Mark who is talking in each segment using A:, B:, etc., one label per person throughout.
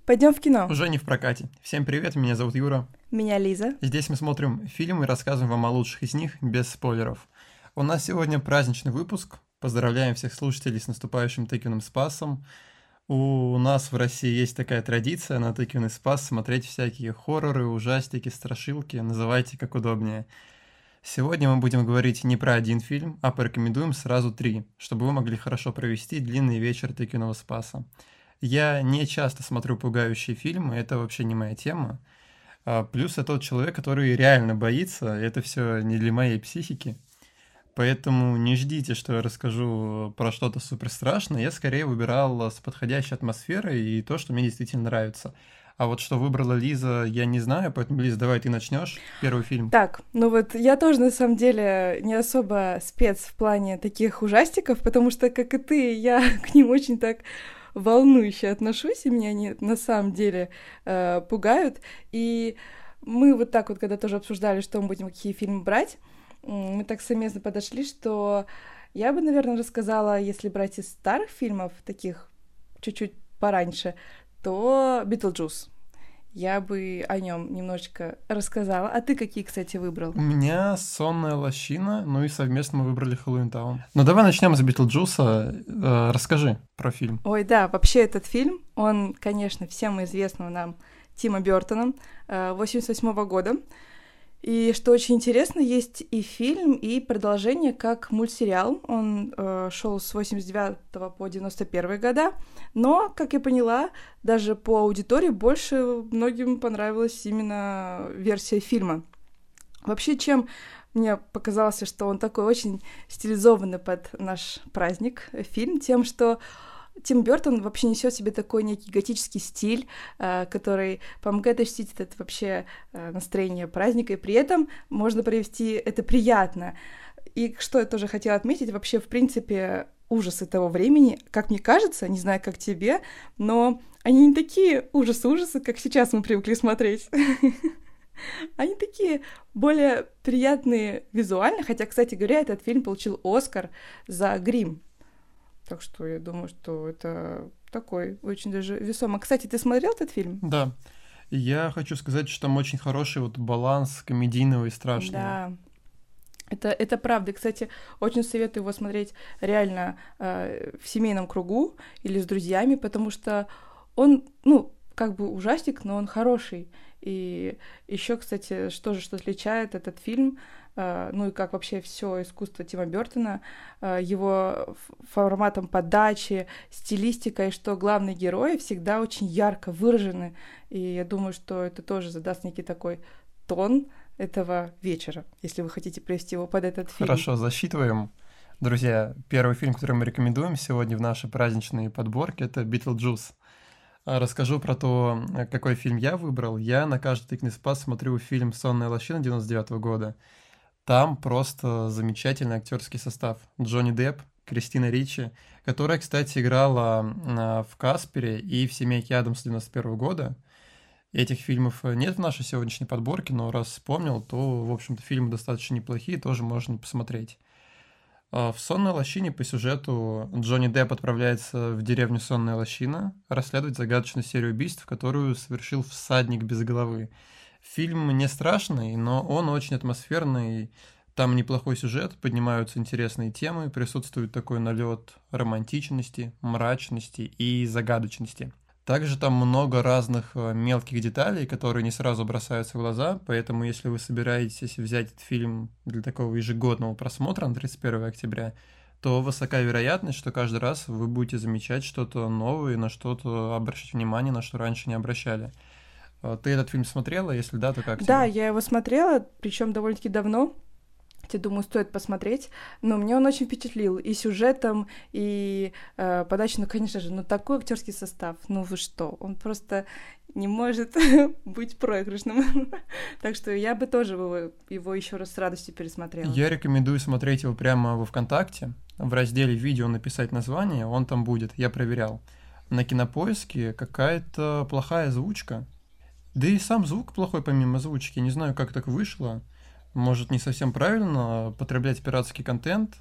A: Пойдем в кино.
B: Уже не в прокате. Всем привет, меня зовут Юра.
A: Меня Лиза.
B: Здесь мы смотрим фильмы и рассказываем вам о лучших из них без спойлеров. У нас сегодня праздничный выпуск. Поздравляем всех слушателей с наступающим тыквенным Спасом. У нас в России есть такая традиция на тыквенный Спас смотреть всякие хорроры, ужастики, страшилки, называйте как удобнее. Сегодня мы будем говорить не про один фильм, а порекомендуем сразу 3, чтобы вы могли хорошо провести длинный вечер тыквенного Спаса. Я не часто смотрю пугающие фильмы, это вообще не моя тема. Плюс я тот человек, который реально боится, это все не для моей психики. Поэтому не ждите, что я расскажу про что-то супер страшное. Я скорее выбирал с подходящей атмосферой и то, что мне действительно нравится. А вот что выбрала Лиза, я не знаю, поэтому, Лиз, давай ты начнешь первый фильм.
A: Так, ну вот я тоже на самом деле не особо спец в плане таких ужастиков, потому что, как и ты, я к ним очень так волнующе отношусь, и меня они на самом деле пугают. И мы вот так вот, когда тоже обсуждали, что мы будем, какие фильмы брать, мы так совместно подошли, что я бы, наверное, рассказала, если брать из старых фильмов, таких чуть-чуть пораньше, то «Битлджус». Я бы о нем немножечко рассказала. А ты какие, кстати, выбрал?
B: У меня «Сонная лощина», ну и совместно мы выбрали «Хэллоуинтаун». Ну давай начнем с «Битлджуса». Расскажи про фильм.
A: Ой, да, вообще этот фильм, он, конечно, всем известного нам Тима Бёртона, 88 года. И что очень интересно, есть и фильм, и продолжение как мультсериал. Он шел с 89 по 91 года, но, как я поняла, даже по аудитории больше многим понравилась именно версия фильма. Вообще, чем мне показалось, что он такой очень стилизованный под наш праздник фильм, тем, что Тим Бёртон вообще несет в себе такой некий готический стиль, который помогает ощутить это вообще настроение праздника, и при этом можно провести это приятно. И что я тоже хотела отметить, вообще, в принципе, ужасы того времени, как мне кажется, не знаю, как тебе, но они не такие ужасы-ужасы, как сейчас мы привыкли смотреть. Они такие более приятные визуально, хотя, кстати говоря, этот фильм получил Оскар за грим. Так что я думаю, что это такой очень даже весомо. Кстати, ты смотрел этот фильм?
B: Да. Я хочу сказать, что там очень хороший вот баланс комедийного и страшного.
A: Да, это правда. И, кстати, очень советую его смотреть реально в семейном кругу или с друзьями, потому что он, как бы ужастик, но он хороший. И еще, кстати, что отличает этот фильм, и как вообще все искусство Тима Бёртона, его форматом подачи, стилистикой, что главные герои всегда очень ярко выражены. И я думаю, что это тоже задаст некий такой тон этого вечера, если вы хотите привести его под этот фильм.
B: Хорошо, засчитываем. Друзья, первый фильм, который мы рекомендуем сегодня в нашей праздничной подборке, это «Битлджус». Расскажу про то, какой фильм я выбрал. Я на каждый тыквенный Спас смотрю фильм «Сонная лощина» 99 года. Там просто замечательный актерский состав. Джонни Депп, Кристина Ричи, которая, кстати, играла в «Каспере» и в «Семейке Адамс» 91 года. Этих фильмов нет в нашей сегодняшней подборке, но раз вспомнил, то, в общем-то, фильмы достаточно неплохие, тоже можно посмотреть. В «Сонной лощине» по сюжету Джонни Депп отправляется в деревню Сонная лощина расследовать загадочную серию убийств, которую совершил всадник без головы. Фильм не страшный, но он очень атмосферный, там неплохой сюжет, поднимаются интересные темы, присутствует такой налет романтичности, мрачности и загадочности. Также там много разных мелких деталей, которые не сразу бросаются в глаза, поэтому если вы собираетесь взять этот фильм для такого ежегодного просмотра на 31 октября, то высока вероятность, что каждый раз вы будете замечать что-то новое, на что-то обращать внимание, на что раньше не обращали. Ты этот фильм смотрела? Если да, то как тебе?
A: Да, я его смотрела, причем довольно-таки давно. Я думаю, стоит посмотреть. Но мне он очень впечатлил и сюжетом, и подачей. Конечно же, такой актерский состав. Вы что? Он просто не может быть проигрышным. Так что я бы тоже его еще раз с радостью пересмотрела.
B: Я рекомендую смотреть его прямо во ВКонтакте. В разделе «Видео» написать название, он там будет. Я проверял. На Кинопоиске какая-то плохая озвучка. Да и сам звук плохой помимо озвучки. Не знаю, как так вышло. Может, не совсем правильно потреблять пиратский контент,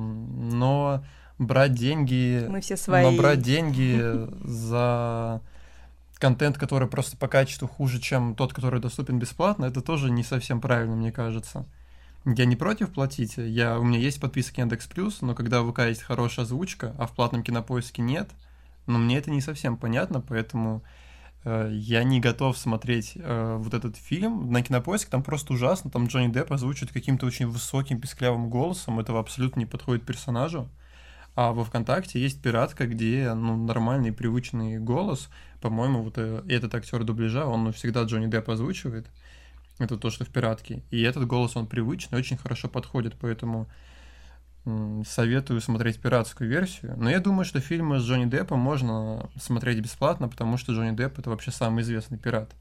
B: но брать деньги...
A: Мы все свои.
B: Но брать деньги за контент, который просто по качеству хуже, чем тот, который доступен бесплатно, это тоже не совсем правильно, мне кажется. Я не против платить, у меня есть подписка Яндекс.Плюс, но когда в ВК есть хорошая озвучка, а в платном Кинопоиске нет, но мне это не совсем понятно, поэтому я не готов смотреть вот этот фильм. На Кинопоиске там просто ужасно, там Джонни Депп озвучивает каким-то очень высоким, писклявым голосом, этого абсолютно не подходит персонажу. А во ВКонтакте есть пиратка, где нормальный, привычный голос. По-моему, вот этот актер дубляжа, он всегда Джонни Депп озвучивает. Это то, что в пиратке. И этот голос, он привычный, очень хорошо подходит, поэтому советую смотреть пиратскую версию. Но я думаю, что фильмы с Джонни Деппом можно смотреть бесплатно, потому что Джонни Депп — это вообще самый известный пират.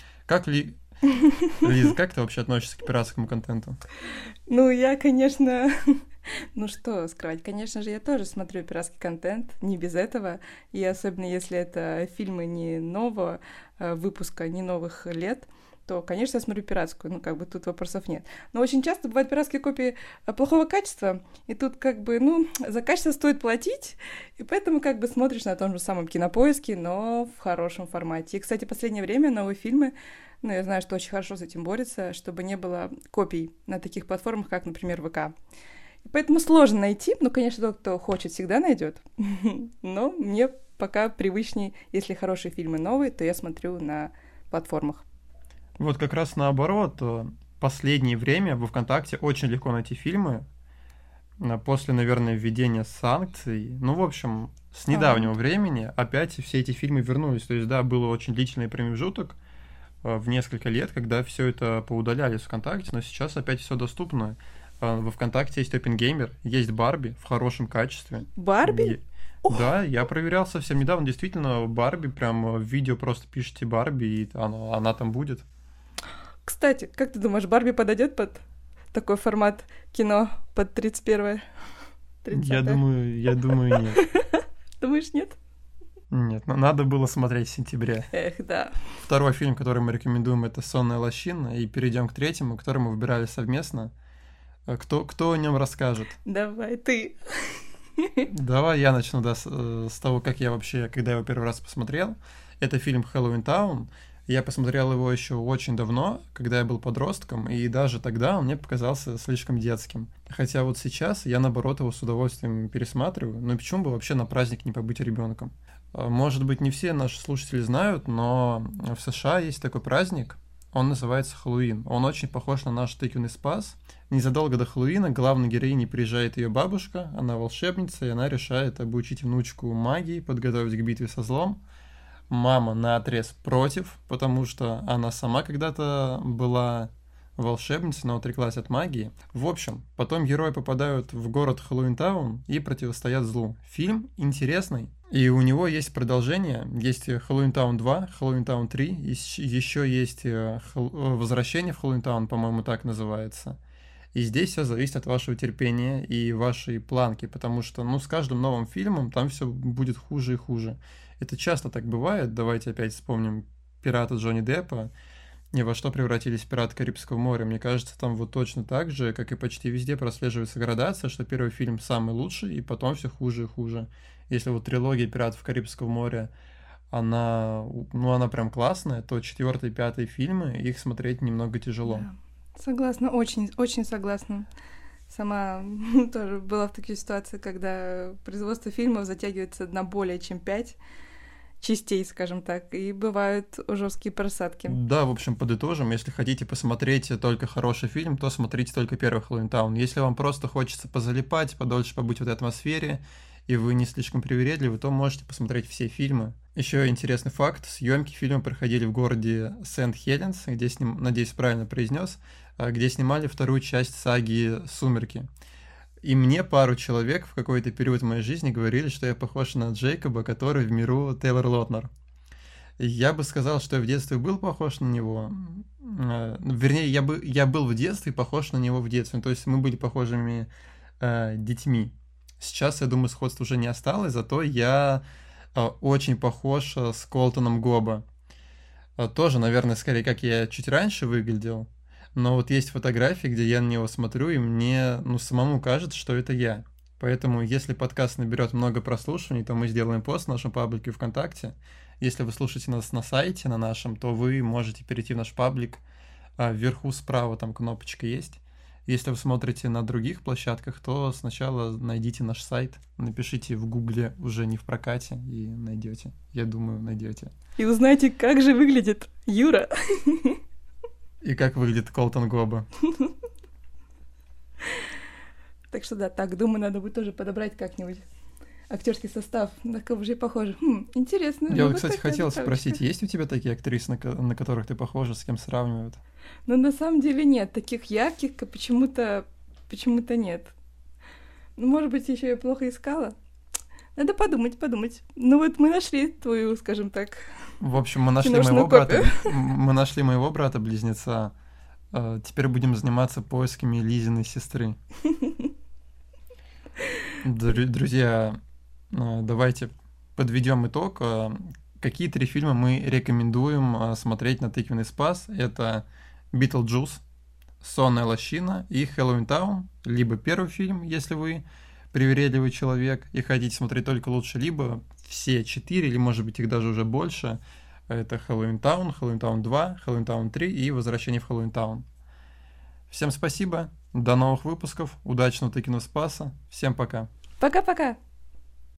B: Лиза, как ты вообще относишься к пиратскому контенту?
A: Ну, я, конечно... Ну что скрывать, конечно же, я тоже смотрю пиратский контент, не без этого, и особенно если это фильмы не нового выпуска, не новых лет, то, конечно, я смотрю пиратскую, ну, как бы тут вопросов нет. Но очень часто бывают пиратские копии плохого качества, и тут как бы, за качество стоит платить, и поэтому как бы смотришь на том же самом Кинопоиске, но в хорошем формате. И, кстати, в последнее время новые фильмы, я знаю, что очень хорошо с этим борется, чтобы не было копий на таких платформах, как, например, ВК. Поэтому сложно найти, конечно, тот, кто хочет, всегда найдет. Но мне пока привычнее, если хорошие фильмы новые, то я смотрю на платформах.
B: Вот как раз наоборот, последнее время во ВКонтакте очень легко найти фильмы после, наверное, введения санкций. В общем, с недавнего времени опять все эти фильмы вернулись. То есть, да, было очень длительный промежуток в несколько лет, когда все это поудаляли с ВКонтакте, но сейчас опять все доступно. Во ВКонтакте есть Оппенгеймер, есть Барби в хорошем качестве.
A: Барби?
B: Да, я проверял совсем недавно, действительно, Барби, прям в видео просто пишите Барби, и она там будет.
A: Кстати, как ты думаешь, Барби подойдет под такой формат кино под 31-е?
B: Я думаю, нет.
A: Думаешь, нет?
B: Нет, надо было смотреть в сентябре.
A: Эх, да.
B: Второй фильм, который мы рекомендуем, это «Сонная лощина», и перейдем к третьему, который мы выбирали совместно. Кто о нем расскажет?
A: Давай, ты.
B: Давай я начну, с того, как я вообще, когда я его первый раз посмотрел. Это фильм «Хэллоуин Таун». Я посмотрел его еще очень давно, когда я был подростком, и даже тогда он мне показался слишком детским. Хотя вот сейчас я, наоборот, его с удовольствием пересматриваю. Ну и почему бы вообще на праздник не побыть ребенком? Может быть, не все наши слушатели знают, но в США есть такой праздник, он называется Хэллоуин. Он очень похож на наш тыквенный спас. Незадолго до Хэллоуина к главной героине приезжает ее бабушка, она волшебница, и она решает обучить внучку магии, подготовить к битве со злом. Мама наотрез против, потому что она сама когда-то была волшебницей, но отреклась от магии. В общем, потом герои попадают в город Хэллоуин-таун и противостоят злу. Фильм интересный, и у него есть продолжение. Есть Хэллоуин-таун 2, Хэллоуин-таун 3, еще есть Возвращение в Хэллоуин-таун, по-моему, так называется. И здесь все зависит от вашего терпения и вашей планки, потому что, с каждым новым фильмом там все будет хуже и хуже. Это часто так бывает. Давайте опять вспомним «Пирата» Джонни Деппа и во что превратились «Пираты Карибского моря». Мне кажется, там вот точно так же, как и почти везде, прослеживается градация, что первый фильм самый лучший, и потом все хуже и хуже. Если вот трилогия «Пиратов Карибского моря», она прям классная, то 4-й, 5-й фильмы, их смотреть немного тяжело.
A: Да. Согласна, очень, очень согласна. Сама тоже была в такой ситуации, когда производство фильмов затягивается на более чем 5 частей, скажем так, и бывают жесткие просадки.
B: Да, в общем, подытожим. Если хотите посмотреть только хороший фильм, то смотрите только первый «Хэллоуин-таун». Если вам просто хочется позалипать, подольше побыть в этой атмосфере, и вы не слишком привередливы, то можете посмотреть все фильмы. Еще интересный факт. Съемки фильма проходили в городе Сент-Хеленс, где надеюсь, правильно произнес, где снимали вторую часть саги «Сумерки». И мне пару человек в какой-то период в моей жизни говорили, что я похож на Джейкоба, который в миру Тейлор Лотнер. Я бы сказал, что я в детстве был похож на него. Вернее, я был в детстве похож на него в детстве. То есть мы были похожими детьми. Сейчас, я думаю, сходства уже не осталось, зато я очень похож с Колтоном Гоба. Тоже, наверное, скорее, как я чуть раньше выглядел. Но вот есть фотографии, где я на него смотрю, и мне, самому кажется, что это я. Поэтому, если подкаст наберет много прослушиваний, то мы сделаем пост в нашем паблике ВКонтакте, Если вы слушаете нас на сайте, на нашем, то вы можете перейти в наш паблик. Вверху справа там кнопочка есть. Если вы смотрите на других площадках, то сначала найдите наш сайт, напишите в Гугле, уже не в прокате, и найдете. Я думаю, найдете.
A: И узнайте, как же выглядит Юра.
B: И как выглядит Колтон Гоба.
A: Так что да, так, думаю, надо будет тоже подобрать как-нибудь актерский состав, на кого же я похожа. Интересно.
B: Я вот, кстати, хотел спросить, есть у тебя такие актрисы, на которых ты похожа, с кем сравнивают?
A: Но на самом деле нет, таких ярких почему-то нет. Ну, может быть, еще я плохо искала. Надо подумать. Ну вот мы нашли твою, скажем так.
B: В общем, мы нашли моего брата-близнеца. Теперь будем заниматься поисками Лизиной сестры. Друзья, давайте подведем итог. Какие 3 фильма мы рекомендуем смотреть на Тыквенный спас? Это «Битлджус», «Сонная лощина» и «Хэллоуин Таун». Либо первый фильм, если вы привередливый человек и хотите смотреть только лучше, либо все 4, или может быть их даже уже больше. Это «Хэллоуин Таун», «Хэллоуин Таун 2», «Хэллоуин Таун 3» и «Возвращение в Хэллоуин Таун». Всем спасибо, до новых выпусков, удачного Тыквенного спаса, всем пока.
A: Пока-пока.